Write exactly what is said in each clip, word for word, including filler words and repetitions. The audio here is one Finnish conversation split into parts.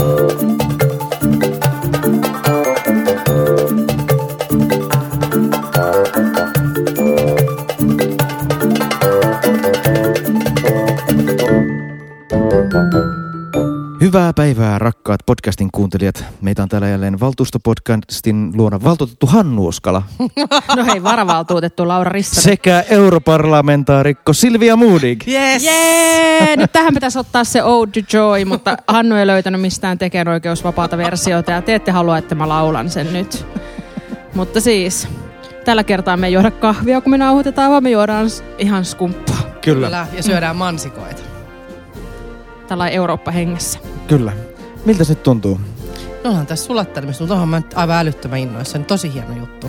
Hyvää päivää, rakkaat podcastin kuuntelijat. Meitä on täällä jälleen valtuustopodcastin luona valtuutettu Hannu Oskala. No hei, varavaltuutettu Laura Rissanen. Sekä europarlamentaarikko Silvia Modig. Yes! Jee! Nyt tähän pitäisi ottaa se Ode to Joy, mutta Hannu ei löytänyt mistään tekijänoikeusvapaata versiota ja te ette halua, että mä laulan sen nyt. Mutta siis, tällä kertaa me ei juoda kahvia, kun me nauhoitetaan, vaan me juodaan ihan skumppaa. Kyllä. Kyllä, ja syödään mansikoita. Tällainen Eurooppa-hengessä. Kyllä. Miltä se tuntuu? No onhan tässä sulattelemista, mutta onhan mä nyt aivan älyttömän innoissani. Tosi hieno juttu.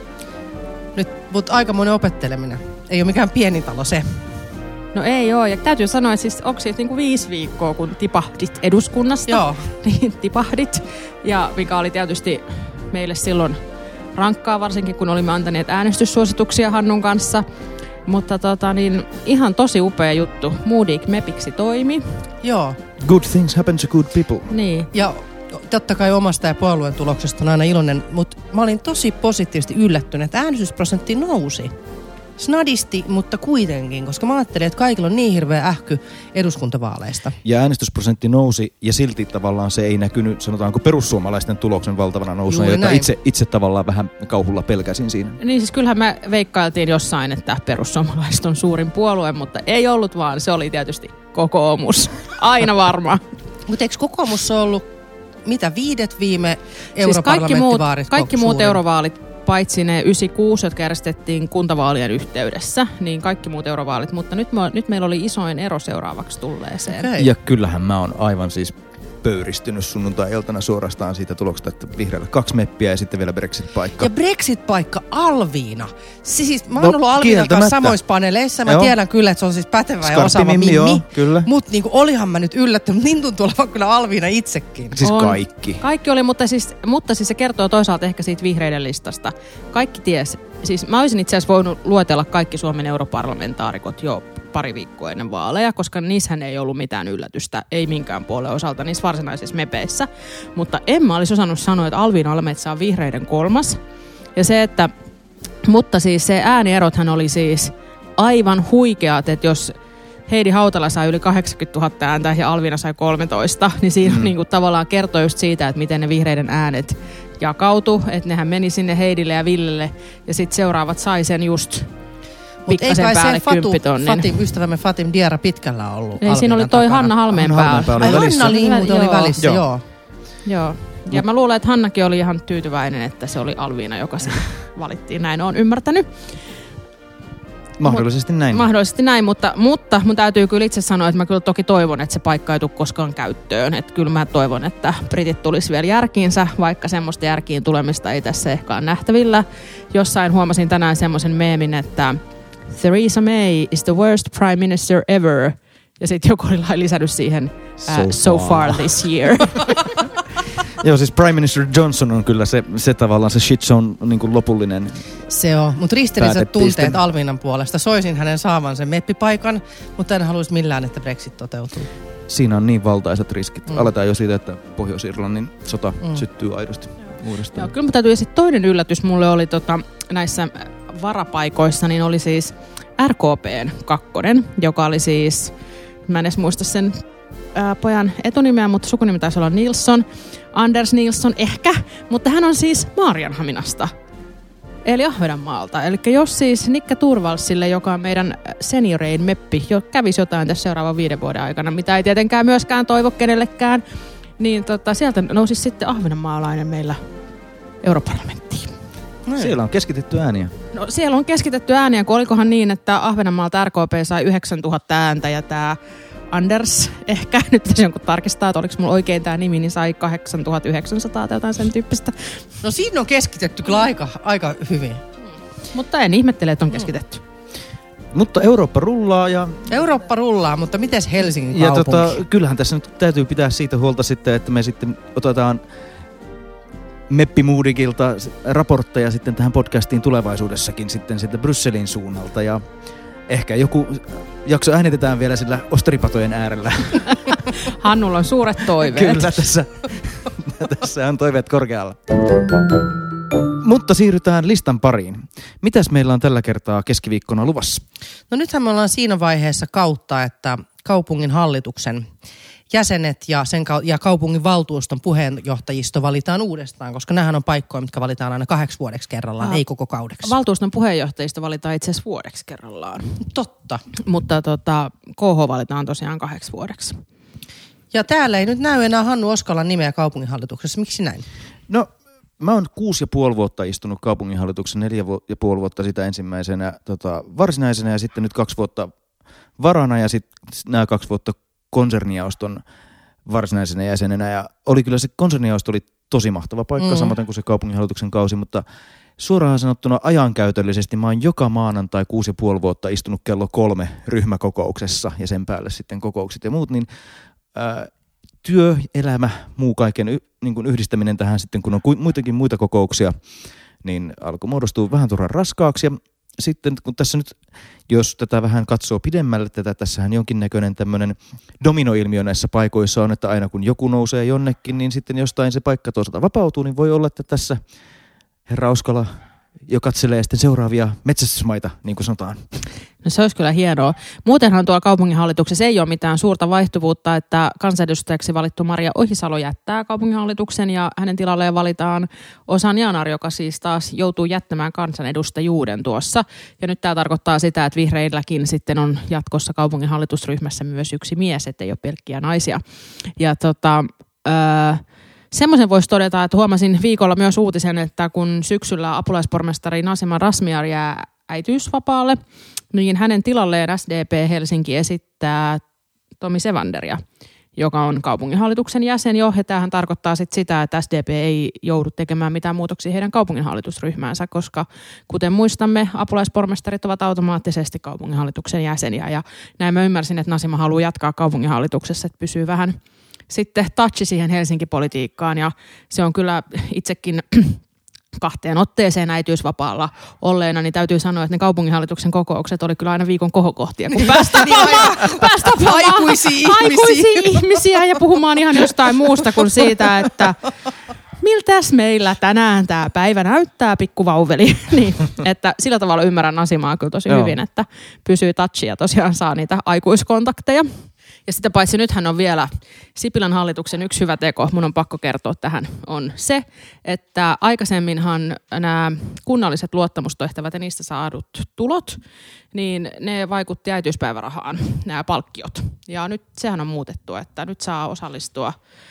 Nyt, mutta aikamoinen opetteleminen. Ei ole mikään pieni talo se. No ei oo, ja täytyy sanoa, että siis onko siitä niinku viisi viikkoa, kun tipahdit eduskunnasta. Joo. Niin tipahdit, ja mikä oli tietysti meille silloin rankkaa, varsinkin kun olimme antaneet äänestyssuosituksia Hannun kanssa. Mutta tota niin, ihan tosi upea juttu. Modig mepiksi toimi. Joo. Good things happen to good people. Niin. Ja totta kai omasta ja puolueen tuloksesta on aina iloinen, mutta mä olin tosi positiivisesti yllättynyt, että äänestysprosentti nousi. Snadisti, mutta kuitenkin, koska mä ajattelin, että kaikilla on niin hirveä ähky eduskuntavaaleista. Ja äänestysprosentti nousi, ja silti tavallaan se ei näkynyt, sanotaanko perussuomalaisten tuloksen valtavana nousuna, jota itse, itse tavallaan vähän kauhulla pelkäsin siinä. Niin siis kyllähän me veikkailtiin jossain, että perussuomalaiset on suurin puolue, mutta ei ollut vaan, se oli tietysti kokoomus. Aina varma. Mutta eikö kokoomus ole ollut, mitä, viidet viime siis europarlamenttivaarit? Kaikki muut eurovaalit, paitsi ne yhdeksänkymmentäkuusi, jotka järjestettiin kuntavaalien yhteydessä, niin kaikki muut eurovaalit. Mutta nyt, me, nyt meillä oli isoin ero seuraavaksi tulleeseen. Okay. Ja kyllähän mä oon aivan siis pöyristynyt sunnuntai-iltana suorastaan siitä tuloksesta, että vihreällä kaksi meppiä ja sitten vielä Brexit-paikka. Ja Brexit-paikka Alviina. Siis mä oon no, ollut Alviinan kanssa samoissa paneeleissa. Mä joo. tiedän kyllä, että se on siis pätevä Skarppi ja osaava mimmi. Joo, kyllä. Mutta niinku, olihan mä nyt yllättynyt. Niin tuntuu olevan kyllä Alviina itsekin. Siis on. kaikki. Kaikki oli, mutta siis, mutta siis se kertoo toisaalta ehkä siitä vihreiden listasta. Kaikki ties. Siis mä olisin itse asiassa voinut luetella kaikki Suomen europarlamentaarikot jo pari viikkoa ennen vaaleja, koska niissähän ei ollut mitään yllätystä, ei minkään puolen osalta niissä varsinaisissa mepeissä. Mutta en mä olisi osannut sanoa, että Alviina Almetsä on vihreiden kolmas. Ja se, että, mutta siis se äänierothan oli siis aivan huikeat, että jos Heidi Hautala sai yli kahdeksankymmentätuhatta ääntä ja Alviina sai kolmetoista, niin siinä mm. niin kuin tavallaan kertoo just siitä, että miten ne vihreiden äänet jakautu, että nehän meni sinne Heidille ja Villelle ja sitten seuraavat sai sen just pikkasen päälle kymppitonnin. Fatim, ystävämme Fatim Diarra pitkällä on ollut. Ei, siinä oli toi takana. Hanna Halmeenpää. Hanna Ai Hanna Liimut oli välissä, joo. joo. Joo. Ja mä luulen, että Hannakin oli ihan tyytyväinen, että se oli Alviina, joka sinne valittiin. Näin on ymmärtänyt. Mahdollisesti näin. Mahdollisesti näin, mutta, mutta mun täytyy kyllä itse sanoa, että mä kyllä toki toivon, että se paikka ei tule koskaan käyttöön. Että kyllä mä toivon, että britit tulisi vielä järkiinsä, vaikka semmoista järkiin tulemista ei tässä ehkä ole nähtävillä. Jossain huomasin tänään semmoisen meemin, että Theresa May is the worst prime minister ever. Ja sitten joku oli lisännyt siihen uh, so, so far this year. Joo, siis Prime Minister Johnson on kyllä se, se tavallaan se shit zone niin kuin lopullinen. Se on, mutta ristiriitaiset tunteet Alviinan puolesta. Soisin hänen saavan sen meppipaikan, mutta en haluaisi millään, että Brexit toteutuu. Siinä on niin valtaisat riskit. Mm. Aletaan jo siitä, että Pohjois-Irlannin sota mm. syttyy aidosti uudestaan. Joo, kyllä täytyy. Ja sitten toinen yllätys mulle oli tota, näissä varapaikoissa, niin oli siis R K P:n kakkonen, joka oli siis, mä en edes muista sen ää, pojan etunimeä, mutta sukunimi taisi olla Nilsson. Anders Nilsson ehkä, mutta hän on siis Maarianhaminasta, eli Ahvenanmaalta. Eli jos siis Nikke Turvalsille, joka on meidän seniorein meppi, jo kävisi jotain tässä seuraavan viiden vuoden aikana, mitä ei tietenkään myöskään toivo kenellekään, niin tota, sieltä nousisi sitten ahvenanmaalainen meillä europarlamenttiin. No siellä on keskitetty ääniä. No siellä on keskitetty ääniä, kun olikohan niin, että Ahvenanmaalta R K P sai yhdeksäntuhatta ääntä ja tämä Anders, ehkä nyt pitäisi jonkun tarkistaa, että oliko mulla oikein tämä nimi, niin sai kahdeksantuhattayhdeksänsataa tai jotain sen tyyppistä. No siinä on keskitetty kyllä aika, aika hyvin. Mutta en ihmettele, että on keskitetty. Mutta Eurooppa rullaa ja... Eurooppa rullaa, mutta mites Helsingin ja kaupunki? tota, kyllähän tässä nyt täytyy pitää siitä huolta sitten, että me sitten otetaan Meppi Modigilta raportteja sitten tähän podcastiin tulevaisuudessakin sitten sitten Brysselin suunnalta ja ehkä joku jakso äänitetään vielä sillä osteripatojen äärellä. Hannulla on suuret toiveet. Kyllä, tässä, tässä on toiveet korkealla. Mutta siirrytään listan pariin. Mitäs meillä on tällä kertaa keskiviikkona luvassa? No nythän me ollaan siinä vaiheessa kautta, että kaupungin hallituksen jäsenet ja, sen, ja kaupungin valtuuston puheenjohtajisto valitaan uudestaan, koska nämähän on paikkoja, mitkä valitaan aina kahdeksi vuodeksi kerrallaan, ah, ei koko kaudeksi. Valtuuston puheenjohtajista valitaan itse asiassa vuodeksi kerrallaan. Totta. Mutta tota, K H valitaan tosiaan kahdeksi vuodeksi. Ja täällä ei nyt näy enää Hannu Oskalan nimeä kaupunginhallituksessa. Miksi näin? No, mä oon kuusi ja puoli vuotta istunut kaupunginhallituksen, neljä ja puoli vuotta sitä ensimmäisenä tota, varsinaisena ja sitten nyt kaksi vuotta varana ja sitten nämä kaksi vuotta konsernijaoston varsinaisena jäsenenä. Ja oli kyllä se konsernijaosto oli tosi mahtava paikka, mm. samaten kuin se kaupunginhallituksen kausi, mutta suoraan sanottuna ajankäytöllisesti mä oon joka maanantai kuusi ja puoli vuotta istunut kello kolme ryhmäkokouksessa ja sen päälle sitten kokoukset ja muut, niin ää, työ, elämä, muu kaiken y, niin kuin yhdistäminen tähän sitten, kun on ku, muitakin muita kokouksia, niin alkoi muodostua vähän turhan raskaaksi. Ja sitten kun tässä nyt, jos tätä vähän katsoo pidemmälle, tätä tässähän jonkinnäköinen tämmöinen dominoilmiö näissä paikoissa on, että aina kun joku nousee jonnekin, niin sitten jostain se paikka toisaalta vapautuu, niin voi olla, että tässä herra Oskala jo katselee sitten seuraavia metsästysmaita, niin kuin sanotaan. No se olisi kyllä hienoa. Muutenhan tuolla kaupunginhallituksessa ei ole mitään suurta vaihtuvuutta, että kansanedustajaksi valittu Maria Ohisalo jättää kaupunginhallituksen ja hänen tilalleen valitaan Osan Janar, joka siis taas joutuu jättämään kansanedustajuuden tuossa. Ja nyt tämä tarkoittaa sitä, että vihreilläkin sitten on jatkossa kaupunginhallitusryhmässä myös yksi mies, ettei ole pelkkiä naisia. Ja tota... Öö, Semmoisen voisi todeta, että huomasin viikolla myös uutisen, että kun syksyllä apulaispormestari Nasima Razmyar jää äitiysvapaalle, niin hänen tilalleen S D P Helsinki esittää Tomi Sevanderia, joka on kaupunginhallituksen jäsen jo. Ja tämähän tarkoittaa sit sitä, että S D P ei joudu tekemään mitään muutoksia heidän kaupunginhallitusryhmäänsä, koska kuten muistamme, apulaispormestarit ovat automaattisesti kaupunginhallituksen jäseniä. Ja näin mä ymmärsin, että Nasima haluaa jatkaa kaupunginhallituksessa, että pysyy vähän sitten touchi siihen Helsinki-politiikkaan ja se on kyllä itsekin kahteen otteeseen äitiysvapaalla olleena, niin täytyy sanoa, että ne kaupunginhallituksen kokoukset oli kyllä aina viikon kohokohtia, kun päästä tapaamaan, päästä tapaamaan aikuisia ihmisiä. aikuisia ihmisiä ja puhumaan ihan jostain muusta kuin siitä, että miltäs meillä tänään tämä päivä näyttää, pikkuvauveli. Niin, että sillä tavalla ymmärrän Nasimaa kyllä tosi Joo. hyvin, että pysyy touchia ja tosiaan saa niitä aikuiskontakteja. Ja sitä paitsi nythän on vielä Sipilän hallituksen yksi hyvä teko, mun on pakko kertoa tähän, on se, että aikaisemminhan nämä kunnalliset luottamustehtävät ja niistä saadut tulot, niin ne vaikutti äitiyspäivärahaan, nämä palkkiot. Ja nyt sehän on muutettu, että nyt saa osallistua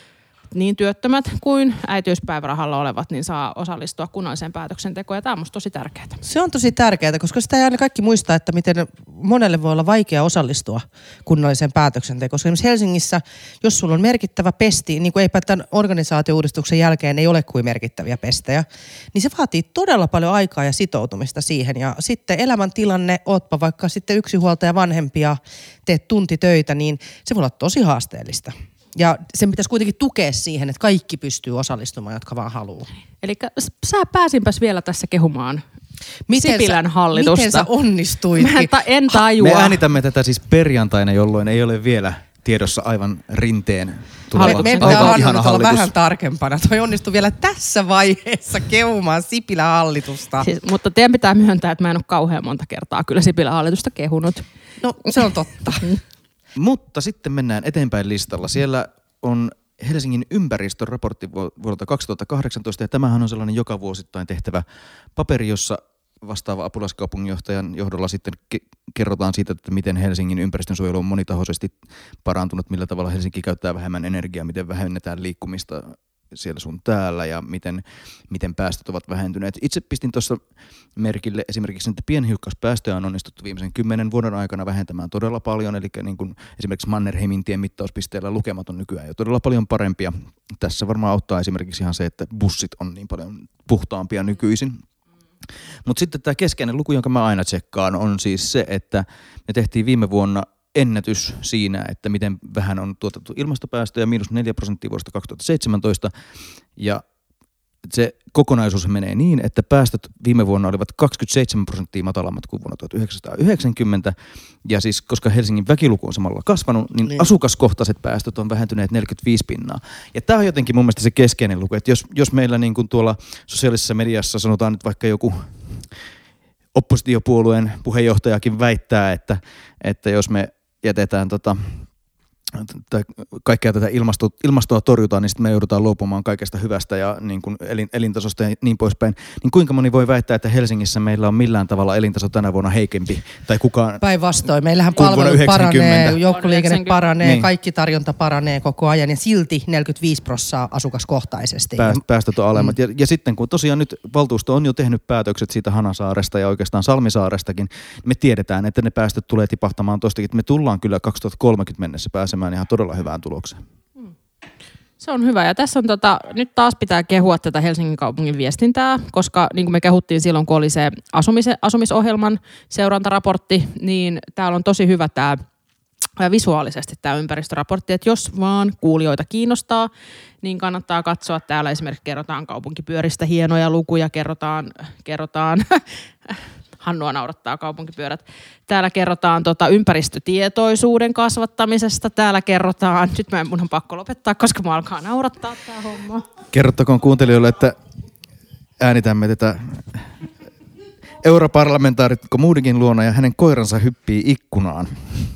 niin työttömät kuin äitiyspäivärahalla olevat, niin saa osallistua kunnalliseen päätöksentekoon. Ja tämä on musta tosi tärkeää. Se on tosi tärkeää, koska sitä ei aina kaikki muistaa, että miten monelle voi olla vaikea osallistua kunnalliseen päätöksentekoon. Koska esimerkiksi Helsingissä, jos sulla on merkittävä pesti, niin kuin eipä tämän organisaatiouudistuksen jälkeen ei ole kuin merkittäviä pestejä, niin se vaatii todella paljon aikaa ja sitoutumista siihen. Ja sitten elämäntilanne, ootpa vaikka sitten yksinhuoltaja vanhempia, teet tuntitöitä, niin se voi olla tosi haasteellista. Ja sen pitäisi kuitenkin tukea siihen, että kaikki pystyy osallistumaan, jotka vaan haluaa. Eli sä pääsinpäs vielä tässä kehumaan miten Sipilän sä, hallitusta. Miten sä onnistuitkin? Mä en, ta- en tajua. Me äänitämme tätä siis perjantaina, jolloin ei ole vielä tiedossa aivan Rinteen tuleva Me pitää ihana hallitus. Vähän tarkempana. Toi onnistui vielä tässä vaiheessa kehumaan Sipilän hallitusta. Siis, mutta teidän pitää myöntää, että mä en ole kauhean monta kertaa kyllä Sipilän hallitusta kehunut. No se on totta. Mutta sitten mennään eteenpäin listalla. Siellä on Helsingin ympäristön raportti vuodelta kaksituhattakahdeksantoista ja tämähän on sellainen joka vuosittain tehtävä paperi, jossa vastaava apulaiskaupunginjohtajan johdolla sitten ke- kerrotaan siitä, että miten Helsingin ympäristönsuojelu on monitahoisesti parantunut, millä tavalla Helsinki käyttää vähemmän energiaa, miten vähennetään liikkumista siellä sun täällä ja miten, miten päästöt ovat vähentyneet. Itse pistin tuossa merkille esimerkiksi, että pienhiukkaspäästöjä on onnistuttu viimeisen kymmenen vuoden aikana vähentämään todella paljon, eli niin kuin esimerkiksi Mannerheimin tien mittauspisteellä lukemat on nykyään jo todella paljon parempia. Tässä varmaan auttaa esimerkiksi ihan se, että bussit on niin paljon puhtaampia nykyisin. Mutta sitten tämä keskeinen luku, jonka mä aina tsekkaan, on siis se, että me tehtiin viime vuonna ennätys siinä, että miten vähän on tuotettu ilmastopäästöjä, miinus neljä prosenttia vuodesta kaksituhattaseitsemäntoista. Ja se kokonaisuus menee niin, että päästöt viime vuonna olivat kaksikymmentäseitsemän prosenttia matalammat kuin vuonna tuhatyhdeksänsataayhdeksänkymmentä. Ja siis, koska Helsingin väkiluku on samalla kasvanut, niin, niin. asukaskohtaiset päästöt on vähentyneet neljäkymmentäviisi pinnaa. Ja tämä on jotenkin mun mielestä se keskeinen luku, että jos, jos meillä niin kuin tuolla sosiaalisessa mediassa sanotaan nyt vaikka joku oppositiopuolueen puheenjohtajakin väittää, että, että jos me jätetään tota, kaikkea tätä ilmasto, ilmastoa torjutaan, niin sitten me joudutaan luopumaan kaikesta hyvästä ja niin kuin elin, elintasosta ja niin poispäin. Niin kuinka moni voi väittää, että Helsingissä meillä on millään tavalla elintaso tänä vuonna heikempi? Tai kukaan? Päinvastoin. Meillähän palvelut paranee, joukkoliikenne paranee, niin. Kaikki tarjonta paranee koko ajan ja silti neljäkymmentäviisi prosenttia asukaskohtaisesti. Pääst, päästöt on alemmat. Mm. Ja, ja sitten kun tosiaan nyt valtuusto on jo tehnyt päätökset siitä Hanasaaresta ja oikeastaan Salmisaarestakin, niin me tiedetään, että ne päästöt tulee tipahtamaan tostakin. Me tullaan kyllä kaksituhattakolmekymmentä mennessä pääsemään ihan todella hyvään tulokseen. Se on hyvä. Ja tässä on tota, nyt taas pitää kehua tätä Helsingin kaupungin viestintää, koska niin kuin me kehuttiin silloin, kun oli se asumis- asumisohjelman seurantaraportti, niin täällä on tosi hyvä tämä visuaalisesti tämä ympäristöraportti, että jos vaan kuulijoita kiinnostaa, niin kannattaa katsoa. Täällä esimerkiksi kerrotaan kaupunkipyöristä hienoja lukuja, kerrotaan, kerrotaan Hannua naurattaa kaupunkipyörät. Täällä kerrotaan tota ympäristötietoisuuden kasvattamisesta. Täällä kerrotaan, nyt mä en, mun on pakko lopettaa, koska mä alkaa naurattaa tää homma. Kerrottakoon kuuntelijoille, että äänitämme tätä europarlamentaarikko Modigin luona ja hänen koiransa hyppii ikkunaan.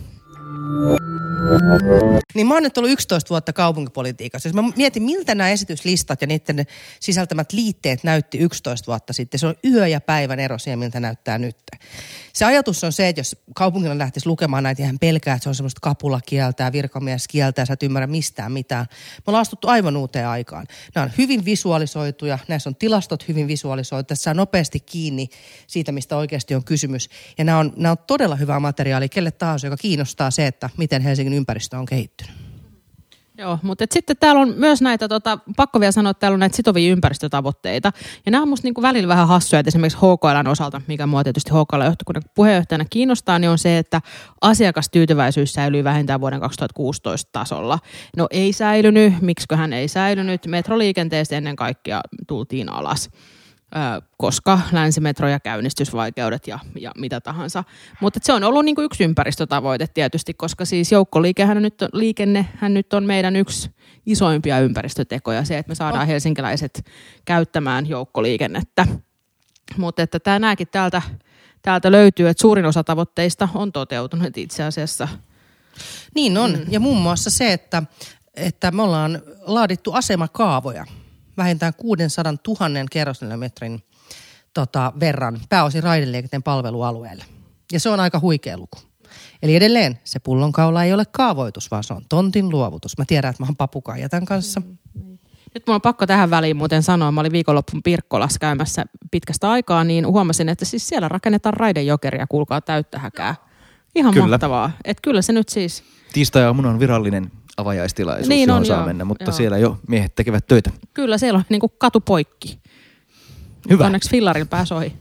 Niin mä oon nyt ollut yksitoista vuotta kaupunkipolitiikassa. Jos mä mietin, miltä nämä esityslistat ja niiden sisältämät liitteet näytti yksitoista vuotta sitten. Se on yö ja päivän ero siihen, miltä näyttää nyt. Se ajatus on se, että jos kaupungilla lähtisi lukemaan näitä, hän pelkää, että se on semmoista kapulakieltä ja virkamieskieltä ja sä et ymmärrä mistään mitään. Me ollaan astuttu aivan uuteen aikaan. Nämä on hyvin visualisoituja, näissä on tilastot hyvin visualisoituja. Tässä saa nopeasti kiinni siitä, mistä oikeasti on kysymys. Ja nämä on, nämä on todella hyvää materiaalia kelle tahansa, joka kiinnostaa se, että miten Helsingin ympäristö on kehittynyt. Joo, mutta sitten täällä on myös näitä, tota, pakko vielä sanoa, että täällä on näitä sitovia ympäristötavoitteita. Ja nämä on musta niinku välillä vähän hassuja, että esimerkiksi H K L:n osalta, mikä mua tietysti H K L-johtokunnan puheenjohtajana kiinnostaa, niin on se, että asiakastyytyväisyys säilyy vähintään vuoden kaksituhattakuusitoista tasolla. No ei säilynyt, miksiköhän ei säilynyt. Metroliikenteessä ennen kaikkea tultiin alas, koska länsimetro ja käynnistysvaikeudet ja, ja mitä tahansa. Mutta se on ollut niinku yksi ympäristötavoite tietysti, koska siis joukkoliikennehän nyt, liikennehän nyt on meidän yksi isoimpia ympäristötekoja, se, että me saadaan helsinkiläiset käyttämään joukkoliikennettä. Mutta että tänäänkin täältä, täältä löytyy, että suurin osa tavoitteista on toteutunut itse asiassa. Niin on, mm. ja muun muassa se, että, että me ollaan laadittu asemakaavoja vähintään kuusisataatuhatta kerrosneliömetrin tota, verran pääosin raideliikenteen palvelualueelle. Ja se on aika huikea luku. Eli edelleen se pullonkaula ei ole kaavoitus, vaan se on tontin luovutus. Mä tiedän, että mä oon papukaija tämän kanssa. Nyt mulla on pakko tähän väliin muuten sanoa, mä olin viikonloppun Pirkkolassa käymässä pitkästä aikaa, niin huomasin, että siis siellä rakennetaan raidejokeria, kuulkaa täyttä häkää. Ihan kyllä. Mahtavaa. Että kyllä se nyt siis... Tiistai-aamuna on virallinen avajaistilaisuus, niin johon on, saa joo, mennä, mutta joo. Siellä jo miehet tekevät töitä. Kyllä, siellä on niin kuin katu poikki. Hyvä. Onneksi fillarilla pääsi ohi.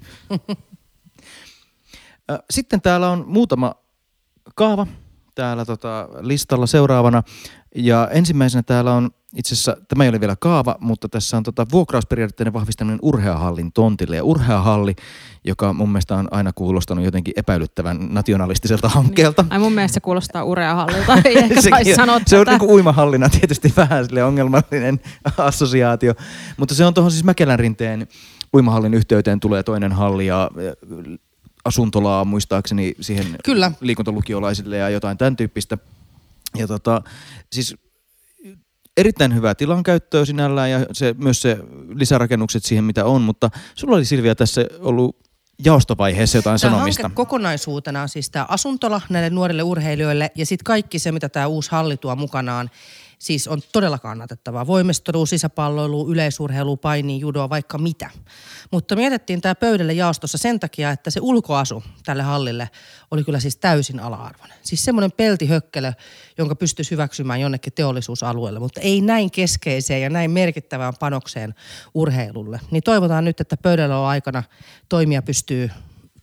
Sitten täällä on muutama kaava täällä tota listalla seuraavana. Ja ensimmäisenä täällä on itse asiassa, tämä ei ole vielä kaava, mutta tässä on tota vuokrausperiaatteiden vahvistaminen Urheahallin tontille. Ja Urheahalli, joka mun mielestä on aina kuulostanut jotenkin epäilyttävän nationalistiselta hankkeelta. Ai mun mielestä se kuulostaa Urheahallilta, ei ehkä saisi sanoa Se on niin kuin uimahallina tietysti vähän sille ongelmallinen assosiaatio. Mutta se on tuohon siis Mäkelänrinteen uimahallin yhteyteen tulee toinen halli ja asuntolaa muistaakseni siihen Kyllä. liikuntalukiolaisille ja jotain tämän tyyppistä. Ja tota, siis erittäin hyvää tilankäyttöä sinällään ja se, myös se lisärakennukset siihen mitä on, mutta sulla oli Silvia tässä ollut jaostovaiheessa jotain tämä sanomista. Tämä hanke kokonaisuutena on siis tämä asuntola näille nuorille urheilijoille ja sitten kaikki se, mitä tämä uusi halli tuo mukanaan, siis on todella kannatettavaa. Voimistelua, sisäpalloilua, yleisurheilua, painia, judoa, vaikka mitä. Mutta mietittiin tämä pöydälle jaostossa sen takia, että se ulkoasu tälle hallille oli kyllä siis täysin ala-arvoinen. Siis semmoinen peltihökkelö, jonka pystyisi hyväksymään jonnekin teollisuusalueelle, mutta ei näin keskeiseen ja näin merkittävään panokseen urheilulle. Niin toivotaan nyt, että pöydällä on aikana toimia pystyy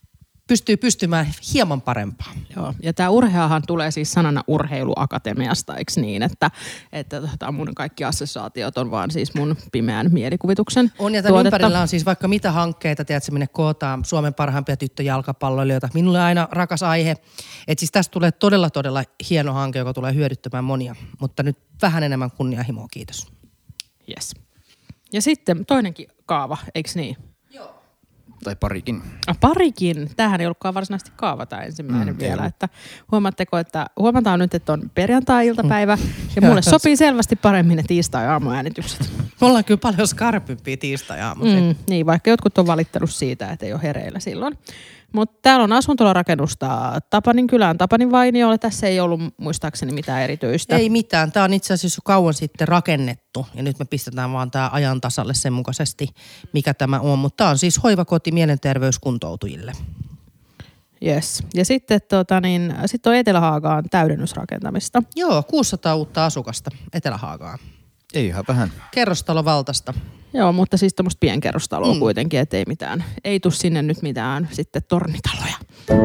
pystyy pystymään hieman parempaan. Joo, ja tämä urheahan tulee siis sanana urheiluakatemiasta, eikö niin, että, että tota, mun kaikki assosiaatiot on vaan siis mun pimeän mielikuvituksen On ja tämän tuotetta. ympärillä on siis vaikka mitä hankkeita, tiedätkö, minne kootaan Suomen parhaimpia tyttöjalkapalloilijoita. Minulle aina rakas aihe, että siis tästä tulee todella todella hieno hanke, joka tulee hyödyttämään monia, mutta nyt vähän enemmän kunnianhimoa, kiitos. Yes. Ja sitten toinenkin kaava, eikö niin? Tai parikin. Ah, parikin. Tämähän ei ollutkaan varsinaisesti kaava tämä ensimmäinen Mm, vielä. ei Että huomaatteko, että huomataan nyt, että on perjantai-iltapäivä ja Joo. mulle sopii selvästi paremmin ne tiistai-aamuäänitykset. Me ollaan kyllä paljon skarpympia tiistai-aamuisin. Mm, niin, vaikka jotkut on valittanut siitä, että ei ole hereillä silloin. Mutta täällä on asuntolarakennusta Tapanin kylään, Tapanin vainiolle. Tässä ei ollut muistaakseni mitään erityistä. Ei mitään. Tämä on itse asiassa jo kauan sitten rakennettu ja nyt me pistetään vaan tämä ajan tasalle sen mukaisesti, mikä tämä on. Mutta tämä on siis hoivakoti mielenterveyskuntoutujille. Yes. Ja sitten tota, niin, sit on Etelä-Haagaan täydennysrakentamista. Joo, kuusisataa uutta asukasta Etelä-Haagaan. Ei ihan vähän. Kerrostalovaltaista. Joo, mutta siis tuommoista pienkerrostaloa Mm. kuitenkin, ettei mitään, ei tule sinne nyt mitään sitten tornitaloja.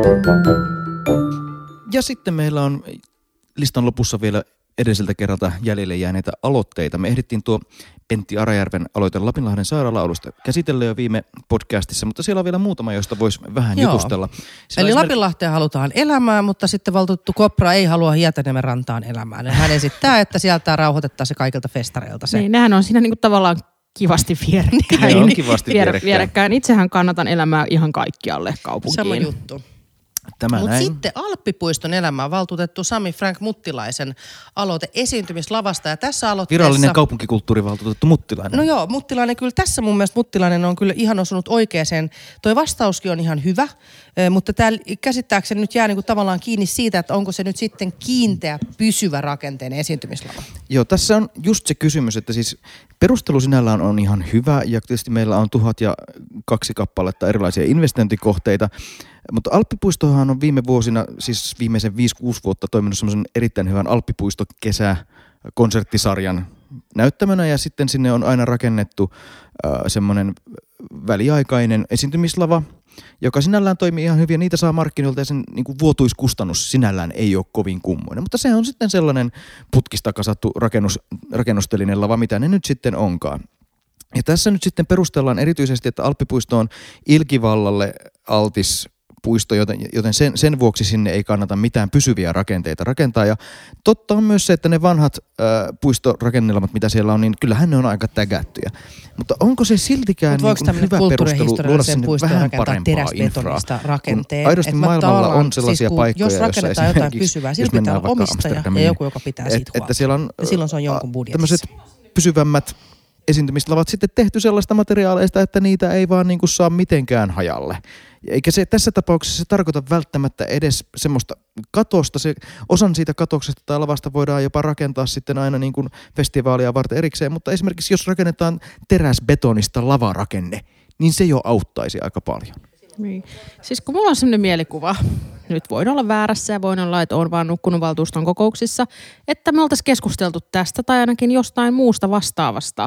Ja sitten meillä on listan lopussa vielä edelliseltä kerralta jäljelle jääneitä aloitteita. Me ehdittiin tuo Pentti Arajärven aloite Lapinlahden sairaala-alusta käsitellä jo viime podcastissa, mutta siellä on vielä muutama, josta voisi vähän Joo. jutustella. Siellä Eli esimerk- Lapinlahteen halutaan elämään, mutta sitten valtuutettu Kopra ei halua Hietaniemen rantaan elämään. Ja hän esittää, että sieltä rauhoitetaan se kaikilta festareilta se. Niin, nehän on siinä niinku tavallaan kivasti vierekkäin. Ne on kivasti Vier- vierekkäin. vierekkäin. Itsehän kannatan elämää ihan kaikkialle kaupunkiin. Sama juttu. Tämä Mutta näin. sitten Alppipuiston elämää valtuutettu Sami Frank Muttilaisen aloite esiintymislavasta. Ja tässä aloitteessa... Virallinen kaupunkikulttuurivaltuutettu Muttilainen. No joo, Muttilainen kyllä tässä mun mielestä Muttilainen on kyllä ihan osunut oikeeseen. Toi vastauskin on ihan hyvä, eh, mutta täällä käsittääkseni nyt jää niinku tavallaan kiinni siitä, että onko se nyt sitten kiinteä, pysyvä rakenteen esiintymislava. Joo, tässä on just se kysymys, että siis perustelu sinällään on ihan hyvä ja tietysti meillä on tuhat ja kaksi kappaletta erilaisia investointikohteita, mutta Alppipuistohan on viime vuosina, siis viimeisen viisi kuusi vuotta toiminut semmoisen erittäin hyvän Alppipuisto-kesä-konserttisarjan näyttämönä ja sitten sinne on aina rakennettu äh, semmoinen väliaikainen esiintymislava, joka sinällään toimii ihan hyvin ja niitä saa markkinoilta ja sen niin kuin vuotuiskustannus sinällään ei ole kovin kummoinen. Mutta se on sitten sellainen putkista kasattu rakennus, rakennustelinen lava, mitä ne nyt sitten onkaan. Ja tässä nyt sitten perustellaan erityisesti, että Alppipuisto on ilkivallalle altis puisto, joten, joten sen, sen vuoksi sinne ei kannata mitään pysyviä rakenteita rakentaa. Ja totta on myös se, että ne vanhat ää, puistorakennelmat, mitä siellä on, niin kyllähän ne on aika tägättyjä. Mutta onko se siltikään Mutta voiko niin tämmöinen hyvä perustelu luoda kulttuurihistoriallisen sinne puiston vähän rakentaa parempaa infraa? teräsbetonista rakenteen? Kun aidosti Et mä maailmalla tavallaan- on sellaisia siis kun paikkoja, jos joissa rakennetaan jotain esimerkiksi, pysyvää, jos sillä pitää mennään olla vaikka omistaja ja Amsterdamiin, joku, joka pitää siitä että, huolta. että siellä on, Ja silloin se on jonkun budjetissa. tämmöiset pysyvämmät esiintymislavat sitten tehty sellaista materiaaleista, että niitä ei vaan niin kuin saa mitenkään hajalle. Eikä se tässä tapauksessa se tarkoita välttämättä edes semmoista katosta. Se, osan siitä katoksesta tai lavasta voidaan jopa rakentaa sitten aina niin kuin festivaalia varten erikseen, mutta esimerkiksi jos rakennetaan teräsbetonista lavarakenne, niin se jo auttaisi aika paljon. Niin. Siis kun mulla on sellainen mielikuva, nyt voin olla väärässä ja voin olla, että olen vaan nukkunut valtuuston kokouksissa, että me oltaisiin keskusteltu tästä tai ainakin jostain muusta vastaavasta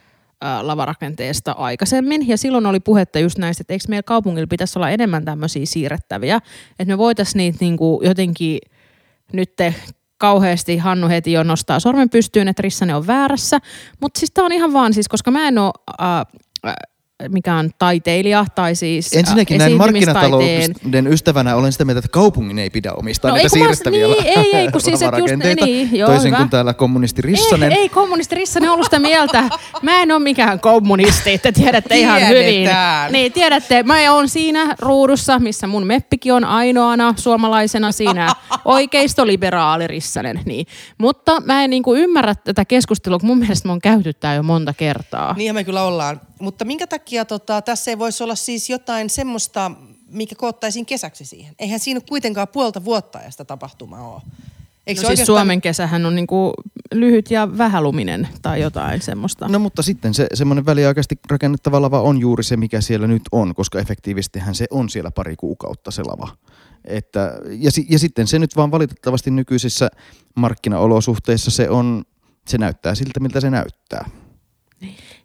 ää, lavarakenteesta aikaisemmin. Ja silloin oli puhetta just näistä, että eikö meillä kaupungilla pitäisi olla enemmän tämmöisiä siirrettäviä, että me voitaisiin niitä niinku jotenkin nyt te kauheasti Hannu heti jo nostaa sormen pystyyn, että Rissanen on väärässä, mutta siis tää on ihan vaan siis, koska mä en ole äh, äh, mikään taiteilija tai siis Ensinnäkin näin esiintymistaiteen. markkinatalouden ystävänä olen sitä mieltä, että kaupungin ei pidä omistaa No niitä ei, kun mä- siirrettäviä niin, ei, ei, kun siis, et just- lavarakenteita, niin, joo, toisin hyvä. kuin täällä kommunisti Rissanen. Ei, ei kommunisti Rissanen ollut sitä mieltä. Mä en ole mikään kommunisti, te tiedätte ihan Tiedetään. hyvin. Niin, tiedätte, mä oon siinä ruudussa, missä mun meppikin on ainoana suomalaisena siinä oikeistoliberaali Rissanen. Niin. Mutta mä en niinku ymmärrä tätä keskustelua, kun mun mielestä me on käyty tää jo monta kertaa. Niinhän me kyllä ollaan. Mutta minkä takia tota, tässä ei voisi olla siis jotain semmoista, mikä koottaisiin kesäksi siihen? Eihän siinä kuitenkaan puolta vuotta ja sitä tapahtumaa ole. Eikö No se siis oikeastaan- Suomen kesähän on niinku lyhyt ja vähäluminen tai jotain semmoista. No mutta sitten se semmoinen väliaikaisesti rakennettava lava on juuri se, mikä siellä nyt on, koska efektiivistihän se on siellä pari kuukautta se lava. Että, ja, ja sitten se nyt vaan valitettavasti nykyisissä markkinaolosuhteissa se on, se näyttää siltä, miltä se näyttää.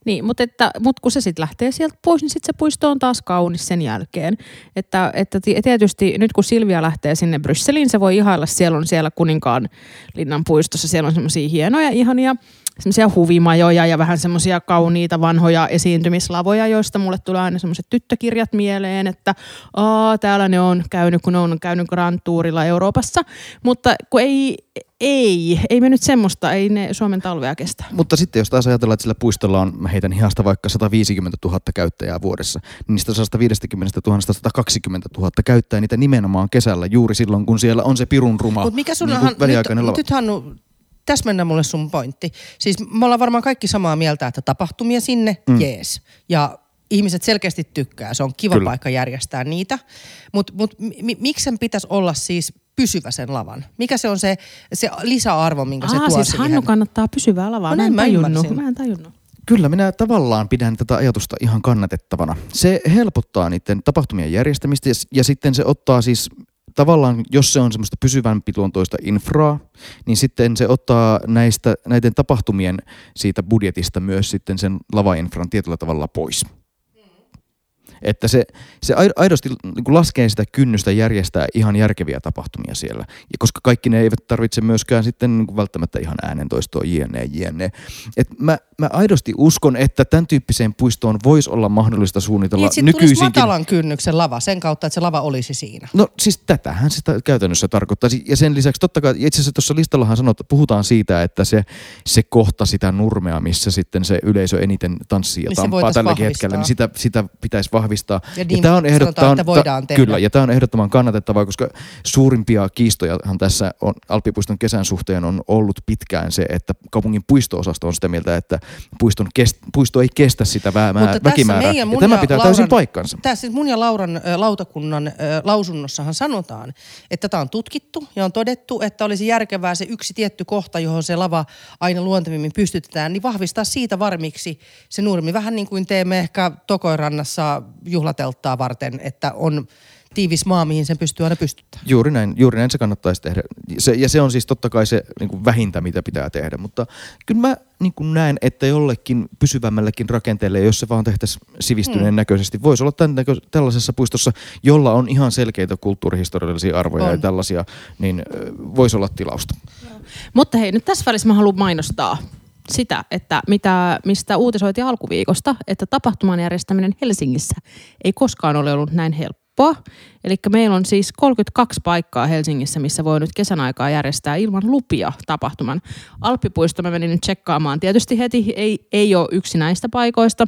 Niin, mutta, että, mutta kun se sitten lähtee sieltä pois, niin sitten se puisto on taas kaunis sen jälkeen. Että, että tietysti nyt kun Silvia lähtee sinne Brysseliin, se voi ihailla, siellä on siellä Kuninkaan linnan puistossa, siellä on semmoisia hienoja, ihania semmoisia huvimajoja ja vähän semmoisia kauniita vanhoja esiintymislavoja, joista mulle tulee aina semmoiset tyttökirjat mieleen, että aa, täällä ne on käynyt, kun ne on käynyt Grand Tourilla Euroopassa, mutta kun ei, ei, ei me nyt semmoista, ei ne Suomen talvea kestä. Mutta sitten jos taas ajatellaan, että sillä puistolla on, mä heitän hihasta vaikka sata viisikymmentätuhatta käyttäjää vuodessa, niin niistä sata viisikymmentätuhatta sata kaksikymmentätuhatta käyttää niitä nimenomaan kesällä juuri silloin, kun siellä on se pirun ruma Mut mikä sun niin on, väliaikainen lava. Nyt, nyt Hannu, tässä mennään mulle sun pointti. Siis me ollaan varmaan kaikki samaa mieltä, että tapahtumia sinne, mm. jees. Ja ihmiset selkeästi tykkää, se on kiva Kyllä. paikka järjestää niitä. Mutta mut, mi, miksi sen pitäisi olla siis pysyvä sen lavan? Mikä se on se, se lisäarvo, minkä Aa, se tuo siis siihen? Hannu kannattaa pysyvää lavaa, no, mä en tajunnut. Mä en tajunnut. Kyllä, minä tavallaan pidän tätä ajatusta ihan kannatettavana. Se helpottaa niiden tapahtumien järjestämistä ja, ja sitten se ottaa siis tavallaan, jos se on semmoista pysyvämpi luontoista infraa, niin sitten se ottaa näistä, näiden tapahtumien siitä budjetista myös sitten sen lavainfran tietyllä tavalla pois. Että se, se aidosti niin kuin laskee sitä kynnystä järjestää ihan järkeviä tapahtumia siellä. Ja koska kaikki ne eivät tarvitse myöskään sitten niin kuin välttämättä ihan äänentoistoa jne, jne. Et mä, mä aidosti uskon, että tämän tyyppiseen puistoon voisi olla mahdollista suunnitella niin, nykyisinkin. Tulisi matalan kynnyksen lava sen kautta, että se lava olisi siinä. No siis tätähän se käytännössä tarkoittaisi. Ja sen lisäksi totta kai, itse asiassa tuossa listallahan sanot, puhutaan siitä, että se, se kohta sitä nurmea, missä sitten se yleisö eniten tanssii ja niin tampaa tälläkin hetkellä, niin sitä, sitä pitäisi vahvistaa. Ja, ja tämä on sanotaan, että voidaan tehdä. Kyllä, ja tämä on ehdottoman kannatettavaa, koska suurimpia kiistojahan tässä on Alppipuiston kesän suhteen on ollut pitkään se, että kaupungin puisto-osasto on sitä mieltä, että puiston kest, puisto ei kestä sitä vä- väkimäärää, ja tämä pitää Lauran, täysin paikkansa. Tässä mun ja Lauran ä, lautakunnan ä, lausunnossahan sanotaan, että tämä on tutkittu ja on todettu, että olisi järkevää se yksi tietty kohta, johon se lava aina luontevimmin pystytetään, niin vahvistaa siitä varmiksi se nurmi. Vähän niin kuin teemme ehkä Tokoirannassa juhlatelttaa varten, että on tiivis maa, mihin sen pystyy aina pystyttämään. Juuri näin, juuri näin se kannattaisi tehdä. Se, ja se on siis totta kai se niin kuin vähintä, mitä pitää tehdä. Mutta kyllä mä niin kuin näen, että jollekin pysyvämmällekin rakenteelle, jos se vaan tehtäisiin sivistyneen hmm. näköisesti, voisi olla tämän näkö, tällaisessa puistossa, jolla on ihan selkeitä kulttuurihistoriallisia arvoja on. ja tällaisia, niin voisi olla tilausta. Joo. Mutta hei, nyt tässä välissä mä haluan mainostaa sitä, että mitä, mistä uutisoitiin alkuviikosta, että tapahtuman järjestäminen Helsingissä ei koskaan ole ollut näin helppoa. Eli meillä on siis kolmekymmentäkaksi paikkaa Helsingissä, missä voi nyt kesän aikaa järjestää ilman lupia tapahtuman. Alppipuisto mä menin nyt tsekkaamaan. Tietysti heti ei, ei ole yksi näistä paikoista,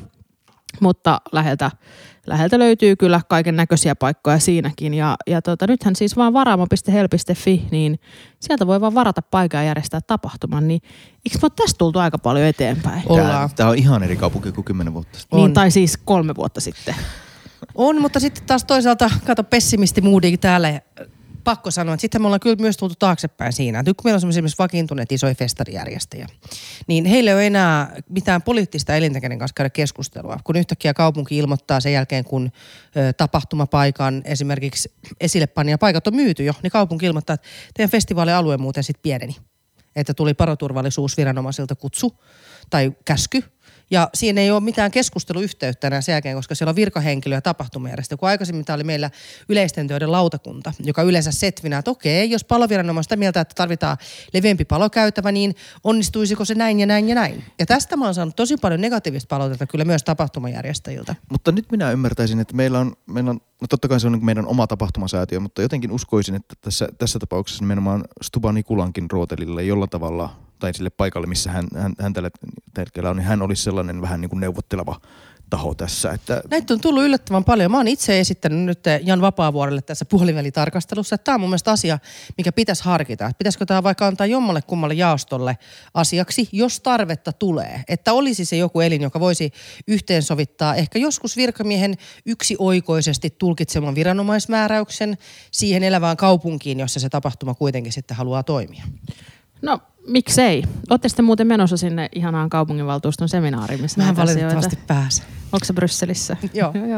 mutta läheltä, läheltä löytyy kyllä kaiken näköisiä paikkoja siinäkin. Ja, ja tota, nythän siis vaan varaamo piste hel piste fi, niin sieltä voi vaan varata paikan ja järjestää tapahtuman. Niin eikö me ole tästä tultu aika paljon eteenpäin? Ollaan. Tämä on ihan eri kaupunki kuin kymmenen vuotta sitten. Niin, tai siis kolme vuotta sitten. On, mutta sitten taas toisaalta, kato pessimistimuudikin täällä, pakko sanoa, että sitten me ollaan kyllä myös tultu taaksepäin siinä. Nyt kun meillä on semmoisia vakiintuneet isoja festarijärjestäjiä, niin heillä ei ole enää mitään poliittista elintäkäinen kanssa käydä keskustelua. Kun yhtäkkiä kaupunki ilmoittaa sen jälkeen, kun ö, tapahtumapaikan esimerkiksi esillepanija paikat on myyty jo, niin kaupunki ilmoittaa, että teidän festivaalialue muuten sitten pieneni. Että tuli paloturvallisuusviranomaisilta kutsu tai käsky. Ja siinä ei ole mitään keskusteluyhteyttä enää sen jälkeen, koska siellä on virkahenkilö ja tapahtumajärjestö. Kun aikaisemmin tämä oli meillä yleisten töiden lautakunta, joka yleensä setvinää, että okei, jos paloviranomainen sitä mieltä, että tarvitaan leveämpi palokäytävä, niin onnistuisiko se näin ja näin ja näin. Ja tästä mä oon saanut tosi paljon negatiivista palautetta kyllä myös tapahtumajärjestäjiltä. Mutta nyt minä ymmärtäisin, että meillä on, meillä on no totta kai se on meidän oma tapahtumasäätiö, mutta jotenkin uskoisin, että tässä, tässä tapauksessa nimenomaan Stuba Nikulankin rootelille jolla tavalla tai sille paikalle, missä hän, hän, hän tällä hetkellä on, niin hän olisi sellainen vähän niin kuin neuvotteleva taho tässä. Että näitä on tullut yllättävän paljon. Mä oon itse esittänyt nyt Jan Vapaavuorelle tässä puolivälitarkastelussa, että tämä on mun mielestä asia, mikä pitäisi harkita. Että pitäisikö tämä vaikka antaa jommalle kummalle jaostolle asiaksi, jos tarvetta tulee. Että olisi se joku elin, joka voisi yhteensovittaa ehkä joskus virkamiehen yksioikoisesti tulkitseman viranomaismääräyksen siihen elävään kaupunkiin, jossa se tapahtuma kuitenkin sitten haluaa toimia. No, miksei? Ootte sitten muuten menossa sinne ihanaan kaupunginvaltuuston seminaariin, missä Mä en valitettavasti pääse. Onko se Brysselissä? Joo. Joo.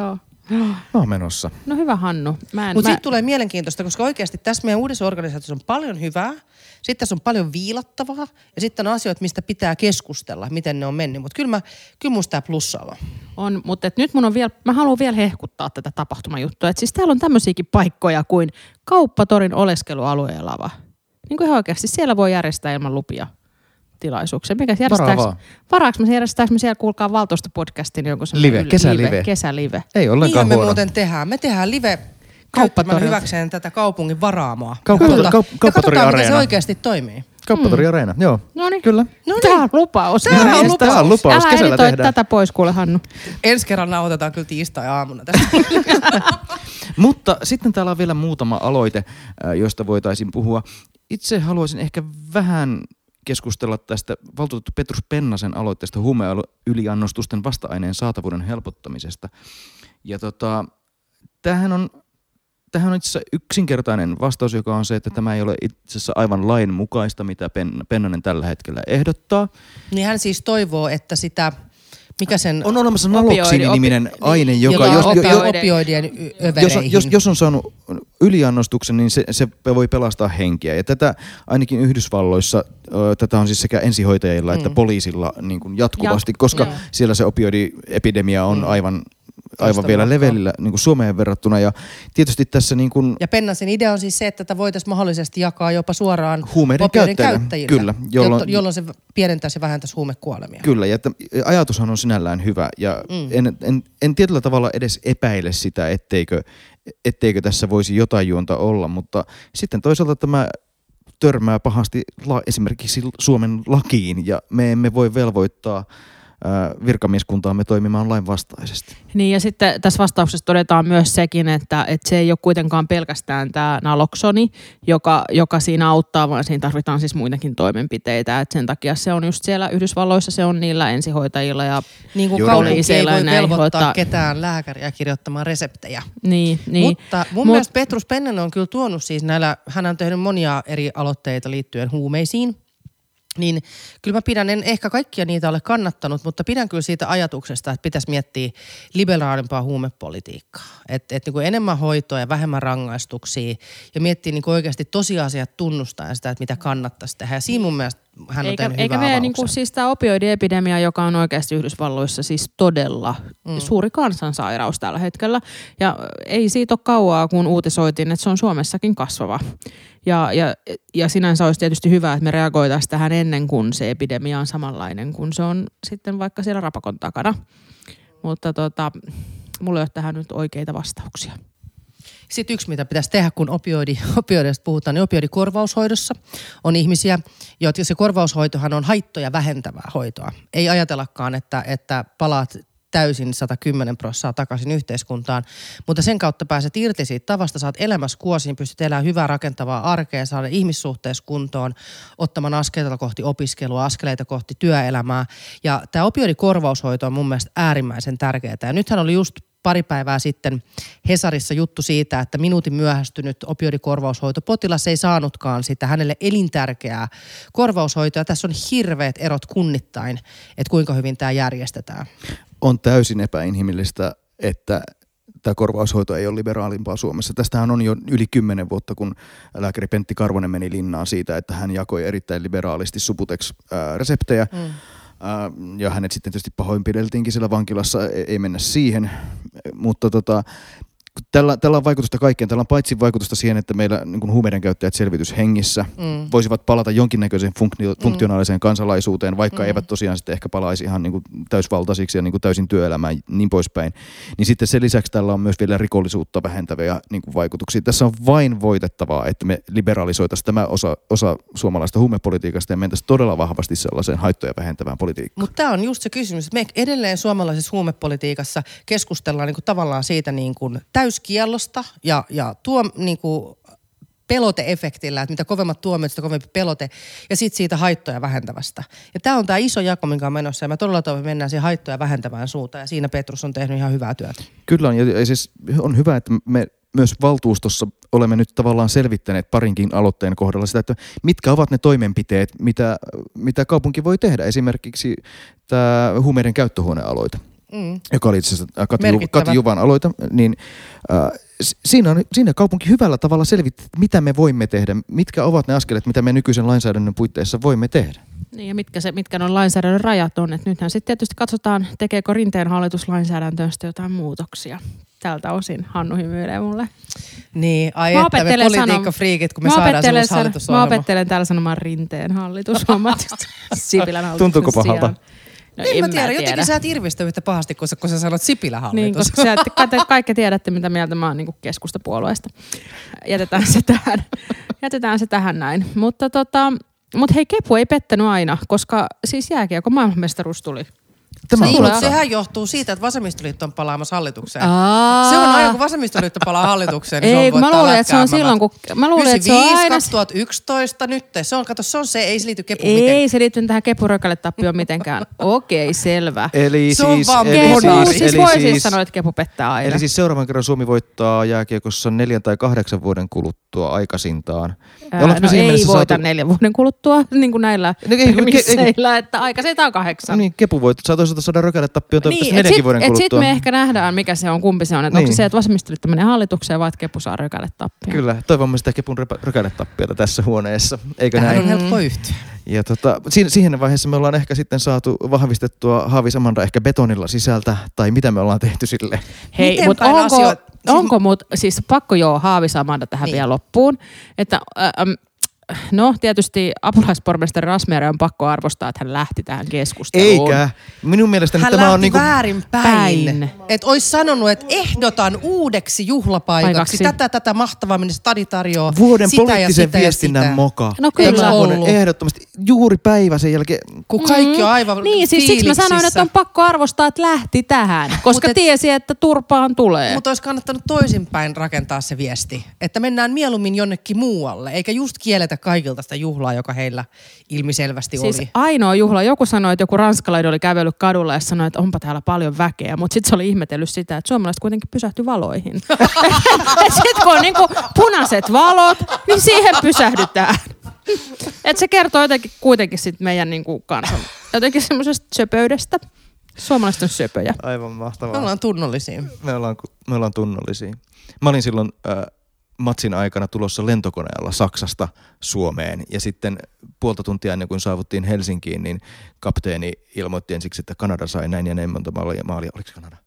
Mä oon menossa. No hyvä Hannu. Mutta mä... siitä tulee mielenkiintoista, koska oikeasti tässä meidän uudessa organisaatiossa on paljon hyvää, sitten tässä on paljon viilattavaa ja sitten on asioita, mistä pitää keskustella, miten ne on mennyt. Mutta kyllä, kyllä musta tämä plussaava. On, mutta nyt mun on vielä, mä haluan vielä hehkuttaa tätä tapahtumajuttua. Et siis täällä on tämmöisiäkin paikkoja kuin Kauppatorin oleskelualue ja lava. Niin kuin ihan oikeasti, siellä voi järjestää ilman lupia tilaisuuksia. Mikä järjestääkö? Varaaks mä järjestääkö mä siellä, kuulkaa valtuustopodcastin jonkun live, kesälive. live, kesälive. Ei ollenkaan niin huono. me muuten tehdään. Me tehdään live käyttämään hyväkseen tätä kaupungin varaamoa. Kauppatori, Kyllä. kaup, ja kauppatori katsotaan, miten se Areena. oikeasti toimii. Kauppatori Areena, mm. joo. Noniin. Kyllä. No Tämä on lupaus. Tämä on lupaus. Tämä on lupaus. Älä Kesällä editoi tehdään. tätä pois kuule Hannu. Ensi kerran nauhoitetaan kyllä tiistai-aamuna tästä. Mutta sitten täällä on vielä muutama aloite, josta voitaisiin puhua. Itse haluaisin ehkä vähän keskustella tästä valtuutettu Petrus Pennasen aloitteesta huumeyliannostusten vasta-aineen saatavuuden helpottamisesta. Ja tota, tämähän on, tämähän on itse asiassa yksinkertainen vastaus, joka on se, että tämä ei ole itse asiassa aivan lain mukaista, mitä Pennanen tällä hetkellä ehdottaa. Niin hän siis toivoo, että sitä... Mikä sen On olemassa naloksiini-niminen opi- aine, joka, joka jos, on jo, jo, opioidien jos, on, jos, jos on saanut yliannostuksen, niin se, se voi pelastaa henkiä. Ja tätä ainakin Yhdysvalloissa, ö, tätä on siis sekä ensihoitajilla mm. että poliisilla niin kuin jatkuvasti, Jat- koska joo. siellä se opioidiepidemia on Mm. aivan, aivan vielä levelillä niin kuin Suomeen verrattuna. Ja tietysti tässä niin kuin Ja Pennasen idea on siis se, että tätä voitaisiin mahdollisesti jakaa jopa suoraan huumeiden opioidien käyttäjille. käyttäjille, Kyllä, jolloin, jolloin, jolloin se pienentäisi ja vähentäisi huumekuolemia. Kyllä, ja että ajatushan on sinällään hyvä, ja mm. en, en, en tietyllä tavalla edes epäile sitä, etteikö, etteikö tässä voisi jotain juonta olla, mutta sitten toisaalta tämä törmää pahasti la, esimerkiksi Suomen lakiin, ja me emme voi velvoittaa virkamieskuntaamme toimimaan lainvastaisesti. Niin ja sitten tässä vastauksessa todetaan myös sekin, että, että se ei ole kuitenkaan pelkästään tämä naloksoni, joka, joka siinä auttaa, vaan siinä tarvitaan siis muitakin toimenpiteitä. Et sen takia se on just siellä Yhdysvalloissa, se on niillä ensihoitajilla ja Niin kuin Joo, kaupunki ei poliiseilla voi ja näin velvoittaa hoitaa. ketään lääkäriä kirjoittamaan reseptejä. Niin, niin. Mutta mun Mut- mielestä Petrus Pennanen on kyllä tuonut siis näillä, hän on tehnyt monia eri aloitteita liittyen huumeisiin. Niin kyllä mä pidän, en ehkä kaikkia niitä ole kannattanut, mutta pidän kyllä siitä ajatuksesta, että pitäisi miettiä liberaalimpaa huumepolitiikkaa. Että et niin kuin enemmän hoitoa ja vähemmän rangaistuksia ja miettiä niin kuin oikeasti tosiasiat tunnustaen sitä, että mitä kannattaisi tehdä. Ja siinä mun mielestä hän on Eikä, tehnyt eikä hyvää vielä avauksen. niinku siis tämä opioidiepidemia, joka on oikeasti Yhdysvalloissa siis todella mm. suuri kansansairaus tällä hetkellä. Ja ei siitä ole kauaa, kun uutisoitiin, että se on Suomessakin kasvava. Ja, ja, ja sinänsä olisi tietysti hyvä, että me reagoitaisiin tähän ennen kuin se epidemia on samanlainen kuin se on sitten vaikka siellä rapakon takana. Mutta tota, mulla ei ole tähän nyt oikeita vastauksia. Sitten yksi, mitä pitäisi tehdä, kun opioidi, opioideista puhutaan, niin opioidikorvaushoidossa on ihmisiä, joita se korvaushoitohan on haittoja vähentävää hoitoa. Ei ajatellakaan, että, että palaat täysin sata kymmenen prosenttia takaisin yhteiskuntaan, mutta sen kautta pääset irti siitä tavasta, saat elämässä kuosiin, pystyt elämään hyvää rakentavaa arkea, saada ihmissuhteessa kuntoon, ottamaan askeleita kohti opiskelua, askeleita kohti työelämää. Ja tämä opioidikorvaushoito on mun mielestä äärimmäisen tärkeää. Ja nythän oli just pari päivää sitten Hesarissa juttu siitä, että minuutin myöhästynyt opioidikorvaushoitopotilas ei saanutkaan sitä hänelle elintärkeää korvaushoitoa. Tässä on hirveät erot kunnittain, että kuinka hyvin tämä järjestetään. On täysin epäinhimillistä, että tämä korvaushoito ei ole liberaalimpaa Suomessa. Tästähän on jo yli kymmenen vuotta, kun lääkäri Pentti Karvonen meni linnaan siitä, että hän jakoi erittäin liberaalisti Subutex-reseptejä. Mm. Ja hänet sitten tietysti pahoinpideltiinkin siellä vankilassa, ei mennä siihen, mutta tota, tällä, tällä on vaikutusta kaikkeen. Tällä on paitsi vaikutusta siihen, että meillä niin kuin huumeiden käyttäjät selvityshengissä mm. voisivat palata jonkinnäköiseen funktio- funktionaaliseen kansalaisuuteen, vaikka mm. eivät tosiaan sitten ehkä palaisi ihan niin kuin täysvaltaisiksi ja niin kuin täysin työelämään niin poispäin. Niin sitten sen lisäksi tällä on myös vielä rikollisuutta vähentäviä niin kuin vaikutuksia. Tässä on vain voitettavaa, että me liberalisoitaisiin tämä osa, osa suomalaista huumepolitiikasta ja mentäisiin todella vahvasti sellaiseen haittoja vähentävään politiikkaan. Mutta tämä on just se kysymys, että me edelleen suomalaisessa huumepolitiikassa keskustellaan niin kuin tavallaan siitä niin kuin täyskiellosta ja, ja tuo niin kuin pelote-efektillä, että mitä kovemmat tuomiot, sitä kovempi pelote, ja sitten siitä haittoja vähentävästä. Ja tämä on tämä iso jako, mikä on menossa, ja mä todella toivon, että mennään siihen haittoja vähentävään suuntaan, ja siinä Petrus on tehnyt ihan hyvää työtä. Kyllä on, ja siis on hyvä, että me myös valtuustossa olemme nyt tavallaan selvittäneet parinkin aloitteen kohdalla sitä, että mitkä ovat ne toimenpiteet, mitä, mitä kaupunki voi tehdä. Esimerkiksi tämä huumeiden käyttöhuonealoite. Mm. joka oli itse asiassa Kati, Ju, Merkittävä. Kati Juvan aloite, niin äh, s- siinä, on, siinä kaupunki hyvällä tavalla selvitti, mitä me voimme tehdä, mitkä ovat ne askeleet, mitä me nykyisen lainsäädännön puitteissa voimme tehdä. Niin, ja mitkä, se, mitkä on lainsäädännön rajat on. Et nythän sitten tietysti katsotaan, tekeekö Rinteen hallitus lainsäädäntöön sitten jotain muutoksia. Tältä osin Hannu hymyilee mulle. Niin, ai Mä että me opettelen politiikkafriikit, kun me Mä saadaan opettelen, semmoista san- mä hallitusohjelma. opettelen täällä sanomaan Rinteen hallitus. Sipilän hallituksen Tuntuuko pahalta? sijaan. No, En mä tiedä, jotenkin sä et irvistä yhtä pahasti, kun sä, kun sä sanot Sipilän Niin, hallitus. koska sä, te kaikki tiedätte, mitä mieltä mä oon niin keskustapuolueesta. Jätetään se tähän. Jätetään se tähän näin. Mutta tota, mut hei, Kepu ei pettänyt aina, koska siis jääkiekon maailmanmestaruus tuli. Tämä Niin, on mutta totta. sehän johtuu siitä, että vasemmistoliitto on palaamassa hallitukseen. Aa. Se on aina, kun vasemmistoliitto palaa hallitukseen, niin Ei, se on kun mä luulin, että se on silloin, kun... Mä luulin, että se on aina... kaksituhattayksitoista nyt. Se on, kato, se on se, ei se liity Kepuun Ei mitenkään. se liittynyt tähän Kepu-rökälle-tappioon mitenkään. Okei, selvä. Eli Se on siis, vaan eli Kepu, bonaari. siis, siis voi siis sanoa, että Kepu pettää aina. Eli siis seuraavan kerran Suomi voittaa jääkiekossa neljän tai kahdeksan vuoden kuluttua aikaisintaan. Ää, ollaanko me no siinä ei mielessä voita saatu- neljän vuoden kuluttua, niin kuin näillä No ei, kun- premisseillä, että aikaisintaan kahdeksan. Niin, Kepu voit, saa toisaalta saada rökälle tappioon toivottavasti Niin, et neljänkin sit, vuoden et sit kuluttua. me ehkä nähdään, mikä se on, kumpi se on. Että Niin. onko se se, että vasemmistoliitto menee hallitukseen vai että Kepu saa rökälle tappioon. Kyllä, toivomme sitä Kepun repä- rökälle tappiota tässä huoneessa, eikö Tähän näin? on helppo yhtyä. Ja tota, si- siihen vaiheessa me ollaan ehkä sitten saatu vahvistettua Haavis Amanda ehkä betonilla sisältä, tai mitä me ollaan tehty sille. Hei, Miten mutta päin onko, asioita- siis- onko mut, siis pakko joo Haavis Amanda tähän Niin. vielä loppuun, että ähm, no tietysti apulaispormestari Rasmiere on pakko arvostaa, että hän lähti tähän keskusteluun. Eikä. Minun mielestäni Hän tämä lähti on niinku... väärin päin. päin. Että olisi sanonut, että ehdotan uudeksi juhlapaikaksi Paikaksi. tätä, tätä mahtavaa, minne stadi tarjoaa. Vuoden sitä ja poliittisen sitä ja viestinnän sitä. moka. No kyllä. Tämä vuoden Ollut. ehdottomasti juuri päivä sen jälkeen. Kun kaikki on aivan Niin, siis siksi mä sanoin, että on pakko arvostaa, että lähti tähän, koska Mut et- tiesi, että turpaan tulee. Mutta olisi kannattanut toisinpäin rakentaa se viesti, että mennään mieluummin jonnekin muualle, eikä just kielletä kaikilta sitä juhlaa, joka heillä ilmiselvästi Siis oli. ainoa juhla, joku sanoi, että joku ranskalainen oli kävellyt kadulla ja sanoi, että onpa täällä paljon väkeä, mutta sitten se oli ihmetellyt sitä, että suomalaiset kuitenkin pysähtyi valoihin. Sitten kun on niinku punaiset valot, niin siihen pysähdytään. Et se kertoo jotenkin kuitenkin sit meidän niinku kansan jotenkin semmoisesta söpöydestä. Suomalaiset on söpöjä. Aivan mahtavaa. Me ollaan tunnollisia. Me ollaan, me ollaan tunnollisia. Mä olin silloin äh, matsin aikana tulossa lentokoneella Saksasta Suomeen ja sitten puolta tuntia ennen kuin saavuttiin Helsinkiin, niin kapteeni ilmoitti ensiksi, että Kanada sai näin ja näin monta maalia. maalia. Oliko Kanada?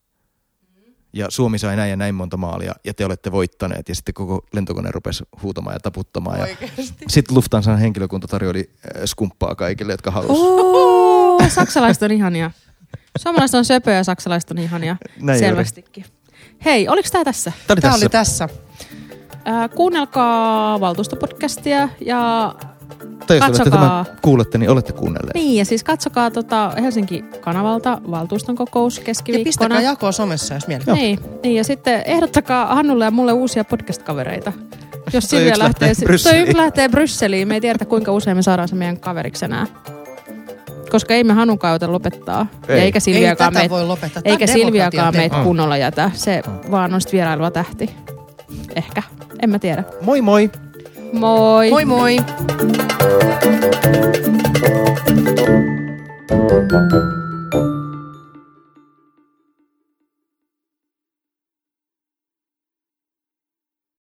Ja Suomi sai näin ja näin monta maalia ja te olette voittaneet. Ja sitten koko lentokone rupesi huutamaan ja taputtamaan. Ja sitten Lufthansan henkilökunta tarjoili äh, skumppaa kaikille, jotka halusivat. Oo, saksalaiset on ihania. Suomalaiset on söpöjä ja saksalaiset on ihania. Näin selvästikin. Hei, oliko tää tässä? Tämä oli Tämä tässä. oli tässä. Äh, kuunnelkaa valtuustopodcastia ja Tai jos olette katsokaa. tämän kuulette, niin olette kuunnelleet. niin ja siis katsokaa tota Helsinki-kanavalta valtuuston kokous Ja keskiviikkona. pistäkää jakoa somessa, jos mieleen. Niin, niin, ja sitten ehdottakaa Hannulle ja mulle uusia podcast-kavereita. Jos Toi Silvia yksi lähtee, lähtee toi Brysseliin. yksi lähtee Brysseliin, me ei tiedä kuinka usein me saadaan se meidän kaveriksi enää. Koska ei me Hanunkaan ota lopettaa. Ei. Ja eikä Ei Silviakaan tätä meitä voi lopettaa. Tämä eikä on Silviakaan demokratian meitä teko. kunnolla jätä. Se vaan on sit vierailua tähti. Ehkä. En mä tiedä. Moi moi! Moi! Moi moi!